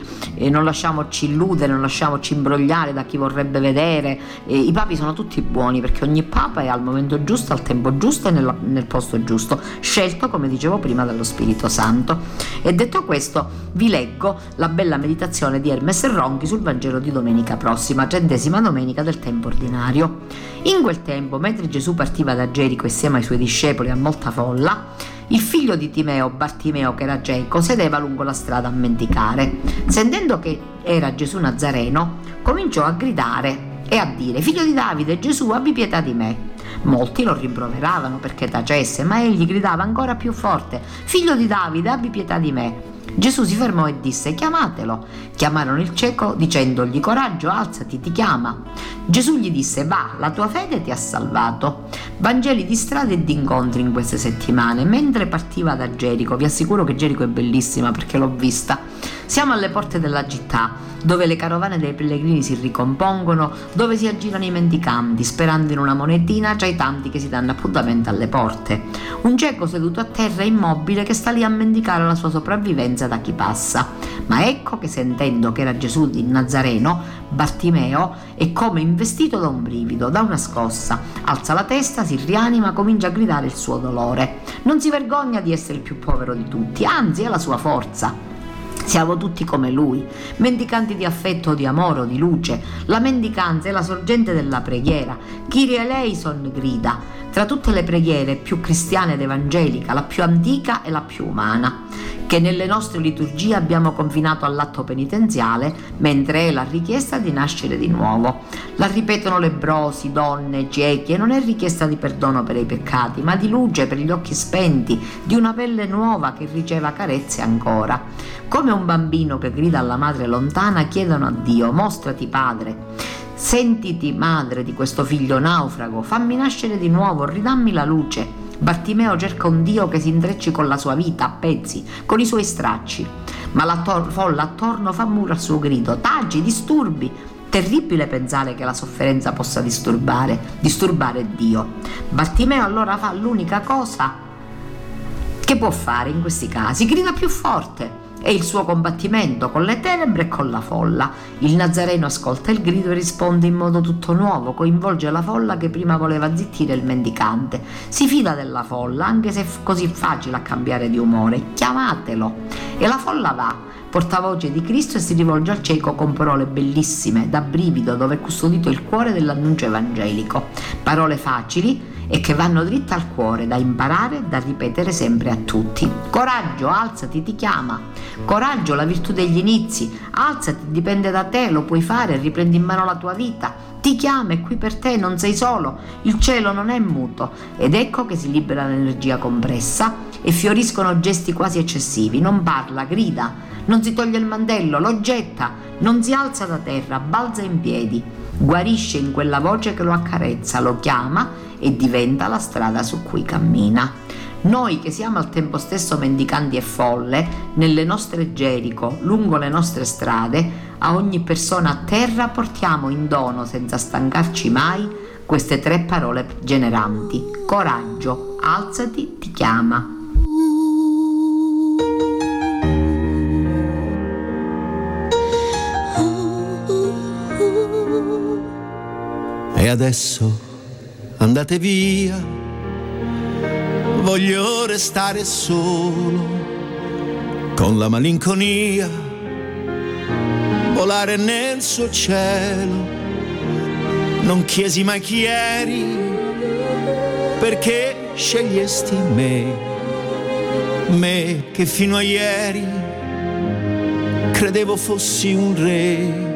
S3: illudere, non lasciamoci imbrogliare da chi vorrebbe vedere. I papi sono tutti buoni, perché ogni papa è al momento giusto, al tempo giusto e nel posto giusto, scelto, come dicevo prima, dallo Spirito Santo. E detto questo, vi leggo la bella meditazione di Hermes Ronchi sul Vangelo di domenica prossima, 30ª domenica del tempo ordinario. In quel tempo, mentre Gesù partiva da Gerico insieme ai suoi discepoli a molta folla, il figlio di Timeo, Bartimeo, che era cieco, sedeva lungo la strada a mendicare. Sentendo che era Gesù Nazareno, cominciò a gridare e a dire: figlio di Davide, Gesù, abbi pietà di me. Molti lo rimproveravano perché tacesse, ma egli gridava ancora più forte: figlio di Davide, abbi pietà di me. Gesù si fermò e disse: chiamatelo. Chiamarono il cieco dicendogli: coraggio, alzati, ti chiama. Gesù gli disse: va, la tua fede ti ha salvato. Vangeli di strade e di incontri in queste settimane. Mentre partiva da Gerico, vi assicuro che Gerico è bellissima perché l'ho vista, siamo alle porte della città, dove le carovane dei pellegrini si ricompongono, dove si aggirano i mendicanti, sperando in una monetina tra i tanti che si danno appuntamento alle porte. Un cieco seduto a terra immobile che sta lì a mendicare la sua sopravvivenza da chi passa. Ma ecco che, sentendo che era Gesù di Nazareno, Bartimeo è come investito da un brivido, da una scossa. Alza la testa, si rianima, comincia a gridare il suo dolore. Non si vergogna di essere il più povero di tutti, anzi è la sua forza. Siamo tutti come lui, mendicanti di affetto, di amore o di luce. La mendicanza è la sorgente della preghiera. Kyrie eleison grida. Tra tutte le preghiere più cristiane ed evangelica, la più antica e la più umana, che nelle nostre liturgie abbiamo confinato all'atto penitenziale, mentre è la richiesta di nascere di nuovo. La ripetono lebbrosi, donne, ciechi, e non è richiesta di perdono per i peccati, ma di luce per gli occhi spenti, di una pelle nuova che riceva carezze ancora. Come un bambino che grida alla madre lontana, chiedono a Dio: mostrati Padre. Sentiti madre di questo figlio naufrago, fammi nascere di nuovo, ridammi la luce. Bartimeo cerca un Dio che si intrecci con la sua vita a pezzi, con i suoi stracci, ma la folla attorno fa muro al suo grido: taci, disturbi. Terribile pensare che la sofferenza possa disturbare Dio. Bartimeo allora fa l'unica cosa Che può fare in questi casi? Grida più forte. È il suo combattimento con le tenebre e con la folla. Il Nazareno ascolta il grido e risponde in modo tutto nuovo, coinvolge la folla che prima voleva zittire il mendicante. Si fida della folla, anche se è così facile a cambiare di umore. Chiamatelo. E la folla va, portavoce di Cristo, e si rivolge al cieco con parole bellissime, da brivido, dove è custodito il cuore dell'annuncio evangelico. Parole facili e che vanno dritte al cuore, da imparare e da ripetere sempre a tutti. Coraggio, alzati, ti chiama. Coraggio, la virtù degli inizi. Alzati, dipende da te, lo puoi fare, riprendi in mano la tua vita. Ti chiama, è qui per te, non sei solo. Il cielo non è muto. Ed ecco che si libera l'energia compressa e fioriscono gesti quasi eccessivi. Non parla, grida, non si toglie il mantello, lo getta, non si alza da terra, balza in piedi. Guarisce in quella voce che lo accarezza, lo chiama e diventa la strada su cui cammina. Noi che siamo al tempo stesso mendicanti e folle, nelle nostre Gerico, lungo le nostre strade, a ogni persona a terra portiamo in dono, senza stancarci mai, queste 3 parole generanti. Coraggio, alzati, ti chiama.
S5: E adesso andate via, voglio restare solo, con la malinconia, volare nel suo cielo. Non chiesi mai chi eri, perché scegliesti me che fino a ieri credevo fossi un re.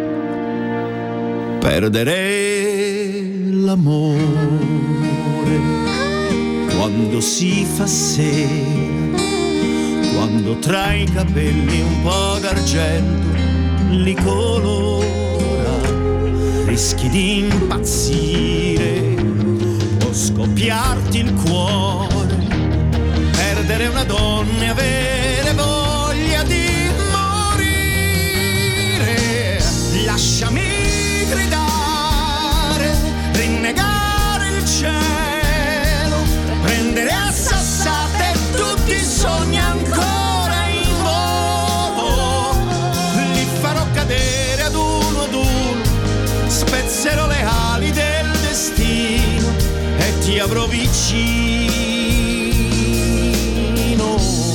S5: Perdere l'amore quando si fa sera, quando tra i capelli un po' d'argento li colora, rischi di impazzire o scoppiarti il cuore. Perdere una donna e avere voglia di morire. Lasciami gridare, rinnegare il cielo, prendere a sassate tutti i sogni ancora in volo. Li farò cadere ad uno, spezzerò le ali del destino e ti avrò vicino.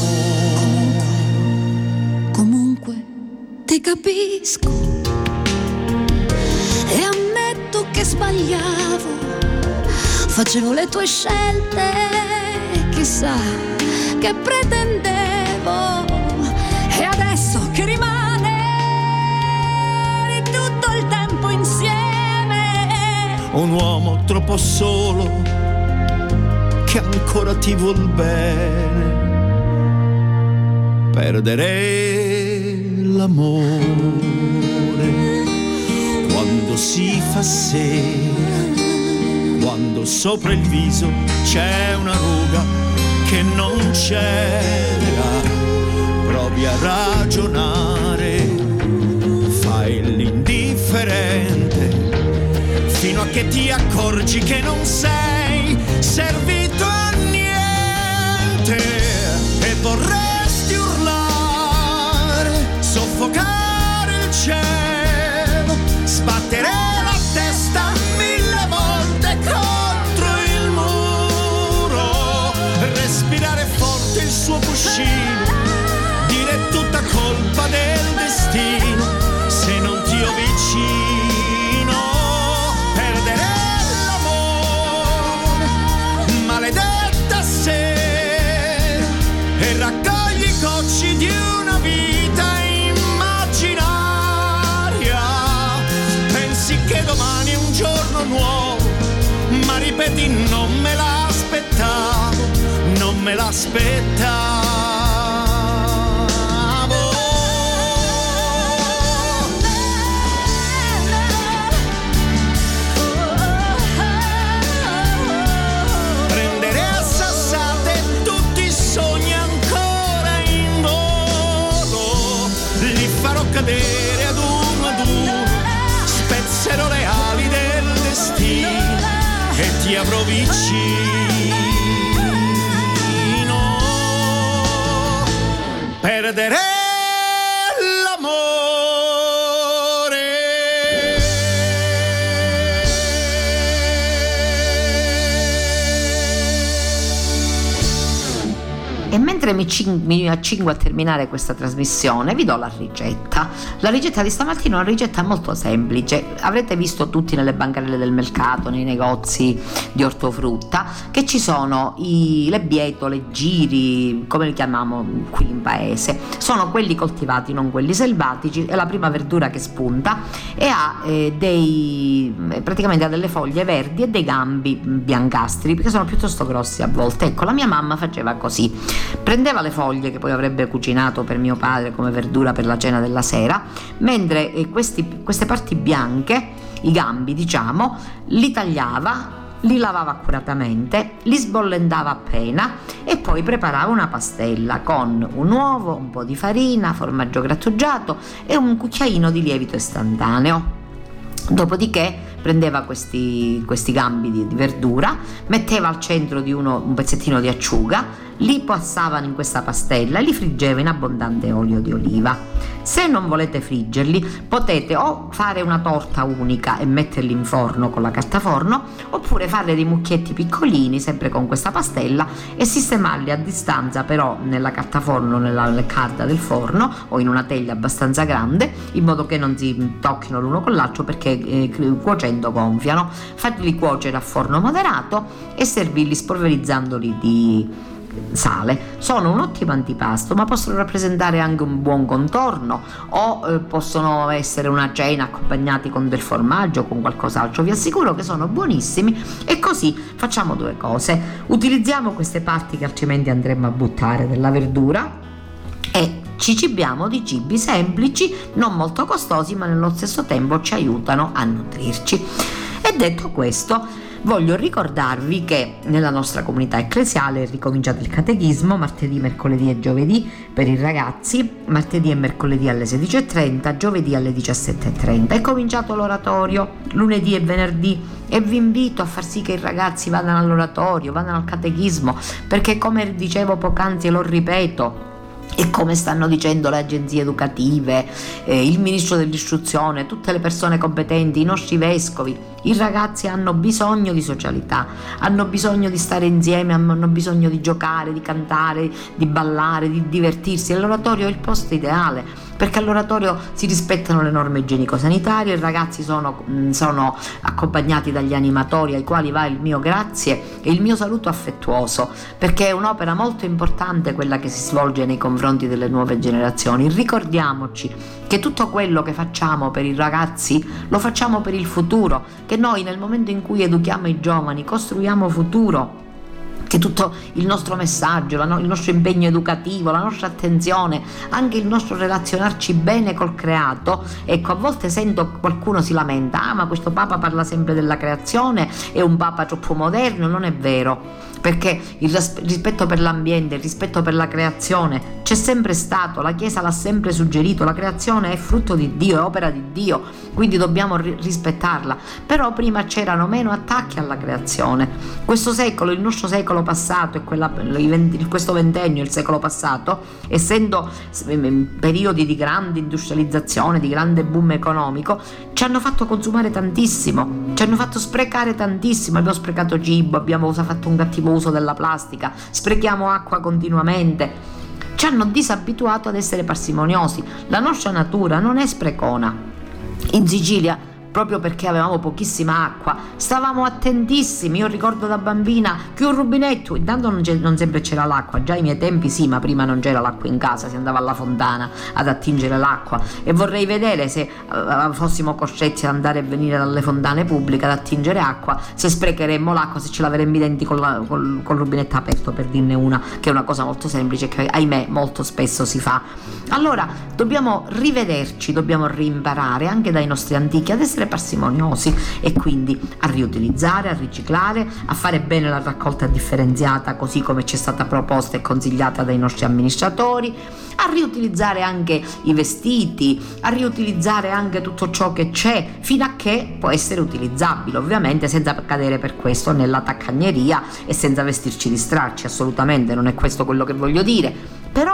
S6: Comunque ti capisco e ammetto che sbagliavo, facevo le tue scelte, chissà che pretendevo. E adesso che rimane di tutto il tempo insieme,
S5: un uomo troppo solo che ancora ti vuol bene. Perdere l'amore quando si fa sera, quando sopra il viso c'è una ruga che non c'era. Provi a ragionare, fai l'indifferente, fino a che ti accorgi che non sei servito a niente. E vorresti urlare, soffocare il cielo, sbattere la testa 1000 volte contro il muro, respirare forte il suo cuscino, dire tutta colpa del destino se non ti ho vicino. Perdere l'amore, maledetta sera, e raccogli i cocci di una vita immaginaria. Pensi che domani è un giorno nuovo, ma ripeti non me l'aspettavo, non me l'aspettavo. Prendere a sassate tutti i sogni ancora in volo, li farò cadere ad uno, spezzerò le ali del destino e ti avrò vicino. perdere l'amore.
S3: E mentre mi accingo a terminare questa trasmissione, vi do la ricetta. La ricetta di stamattina è una ricetta molto semplice. Avrete visto tutti nelle bancarelle del mercato, nei negozi di ortofrutta, che ci sono le bietole, giri, come li chiamiamo qui in paese. Sono quelli coltivati, non quelli selvatici. È la prima verdura che spunta e ha praticamente ha delle foglie verdi e dei gambi biancastri, perché sono piuttosto grossi a volte. Ecco, la mia mamma faceva così. Prendeva le foglie che poi avrebbe cucinato per mio padre come verdura per la cena della sera, mentre queste parti bianche, i gambi diciamo, li tagliava, li lavava accuratamente, li sbollentava appena e poi preparava una pastella con un uovo, un po' di farina, formaggio grattugiato e un cucchiaino di lievito istantaneo. Dopodiché prendeva questi gambi di verdura, metteva al centro di un pezzettino di acciuga, li passavano in questa pastella e li friggeva in abbondante olio di oliva. Se non volete friggerli, potete o fare una torta unica e metterli in forno con la carta forno, oppure fare dei mucchietti piccolini sempre con questa pastella e sistemarli a distanza però nella carta forno, nella carta del forno o in una teglia abbastanza grande, in modo che non si tocchino l'uno con l'altro, perché cuocendo gonfiano. Fateli cuocere a forno moderato e servirli spolverizzandoli di sale. Sono un ottimo antipasto, ma possono rappresentare anche un buon contorno o possono essere una cena accompagnati con del formaggio o con qualcos'altro. Vi assicuro che sono buonissimi. E così facciamo due cose: utilizziamo queste parti che altrimenti andremmo a buttare della verdura e ci cibiamo di cibi semplici, non molto costosi, ma nello stesso tempo ci aiutano a nutrirci. E detto questo, voglio ricordarvi che nella nostra comunità ecclesiale è ricominciato il catechismo martedì, mercoledì e giovedì per i ragazzi, martedì e mercoledì alle 16:30, giovedì alle 17:30. È cominciato l'oratorio lunedì e venerdì e vi invito a far sì che i ragazzi vadano all'oratorio, vadano al catechismo, perché come dicevo poc'anzi e lo ripeto, e come stanno dicendo le agenzie educative, il ministro dell'istruzione, tutte le persone competenti, i nostri vescovi, i ragazzi hanno bisogno di socialità, hanno bisogno di stare insieme, hanno bisogno di giocare, di cantare, di ballare, di divertirsi. E l'oratorio è il posto ideale, perché all'oratorio si rispettano le norme igienico-sanitarie, i ragazzi sono accompagnati dagli animatori ai quali va il mio grazie e il mio saluto affettuoso, perché è un'opera molto importante quella che si svolge nei confronti delle nuove generazioni. Ricordiamoci che tutto quello che facciamo per i ragazzi lo facciamo per il futuro, che noi nel momento in cui educhiamo i giovani costruiamo futuro, che tutto il nostro messaggio, il nostro impegno educativo, la nostra attenzione, anche il nostro relazionarci bene col creato. Ecco, a volte sento qualcuno si lamenta: ma questo Papa parla sempre della creazione, è un Papa troppo moderno. Non è vero, perché il rispetto per l'ambiente, il rispetto per la creazione c'è sempre stato, la Chiesa l'ha sempre suggerito, la creazione è frutto di Dio, è opera di Dio, quindi dobbiamo rispettarla. Però prima c'erano meno attacchi alla creazione. Questo secolo, il nostro secolo passato e questo ventennio, il secolo passato, essendo periodi di grande industrializzazione, di grande boom economico, ci hanno fatto consumare tantissimo, ci hanno fatto sprecare tantissimo. Abbiamo sprecato cibo, abbiamo fatto un cattivo uso della plastica, sprechiamo acqua continuamente, ci hanno disabituato ad essere parsimoniosi. La nostra natura non è sprecona. In Sicilia, proprio perché avevamo pochissima acqua, stavamo attentissimi. Io ricordo da bambina che un rubinetto, intanto non sempre c'era l'acqua, già ai miei tempi sì, ma prima non c'era l'acqua in casa, si andava alla fontana ad attingere l'acqua, e vorrei vedere se fossimo costretti ad andare e venire dalle fontane pubbliche ad attingere acqua, se sprecheremmo l'acqua, se ce laveremmo i denti col rubinetto aperto, per dirne una, che è una cosa molto semplice che ahimè molto spesso si fa. Allora dobbiamo rivederci, dobbiamo rimparare anche dai nostri antichi ad essere parsimoniosi, e quindi a riutilizzare, a riciclare, a fare bene la raccolta differenziata così come ci è stata proposta e consigliata dai nostri amministratori, a riutilizzare anche i vestiti, a riutilizzare anche tutto ciò che c'è, fino a che può essere utilizzabile, ovviamente senza cadere per questo nella taccagneria e senza vestirci di stracci. Assolutamente non è questo quello che voglio dire, però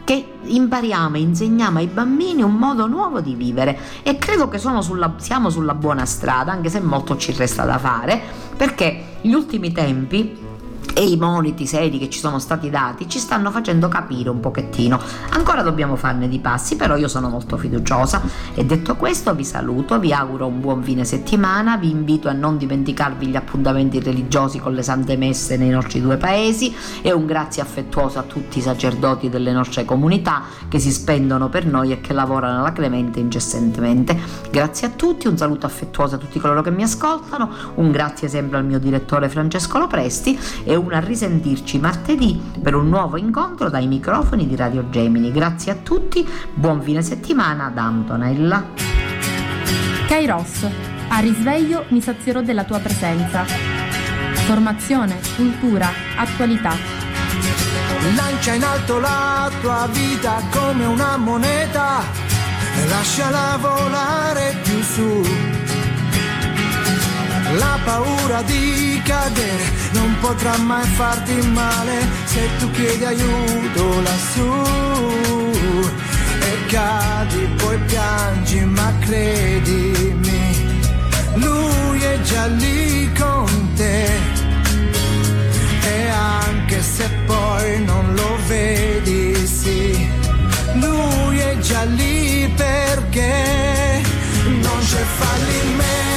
S3: che impariamo e insegniamo ai bambini un modo nuovo di vivere, e credo che siamo sulla buona strada, anche se molto ci resta da fare, perché gli ultimi tempi e i moniti seri che ci sono stati dati ci stanno facendo capire un pochettino. Ancora dobbiamo farne di passi, però io sono molto fiduciosa. E detto questo, vi saluto, vi auguro un buon fine settimana, vi invito a non dimenticarvi gli appuntamenti religiosi con le sante messe nei nostri due paesi, e un grazie affettuoso a tutti i sacerdoti delle nostre comunità che si spendono per noi e che lavorano alla clemente incessantemente. Grazie a tutti, un saluto affettuoso a tutti coloro che mi ascoltano, un grazie sempre al mio direttore Francesco Lopresti, e a risentirci martedì per un nuovo incontro dai microfoni di Radio Gemini. Grazie a tutti, buon fine settimana da Antonella.
S1: Kairos, a risveglio mi sazierò della tua presenza. Formazione, cultura, attualità.
S2: Lancia in alto la tua vita come una moneta e lasciala volare più su. La paura di cadere non potrà mai farti male se tu chiedi aiuto lassù. E cadi, poi piangi, ma credimi, lui è già lì con te. E anche se poi non lo vedi, sì, lui è già lì perché non c'è fallimento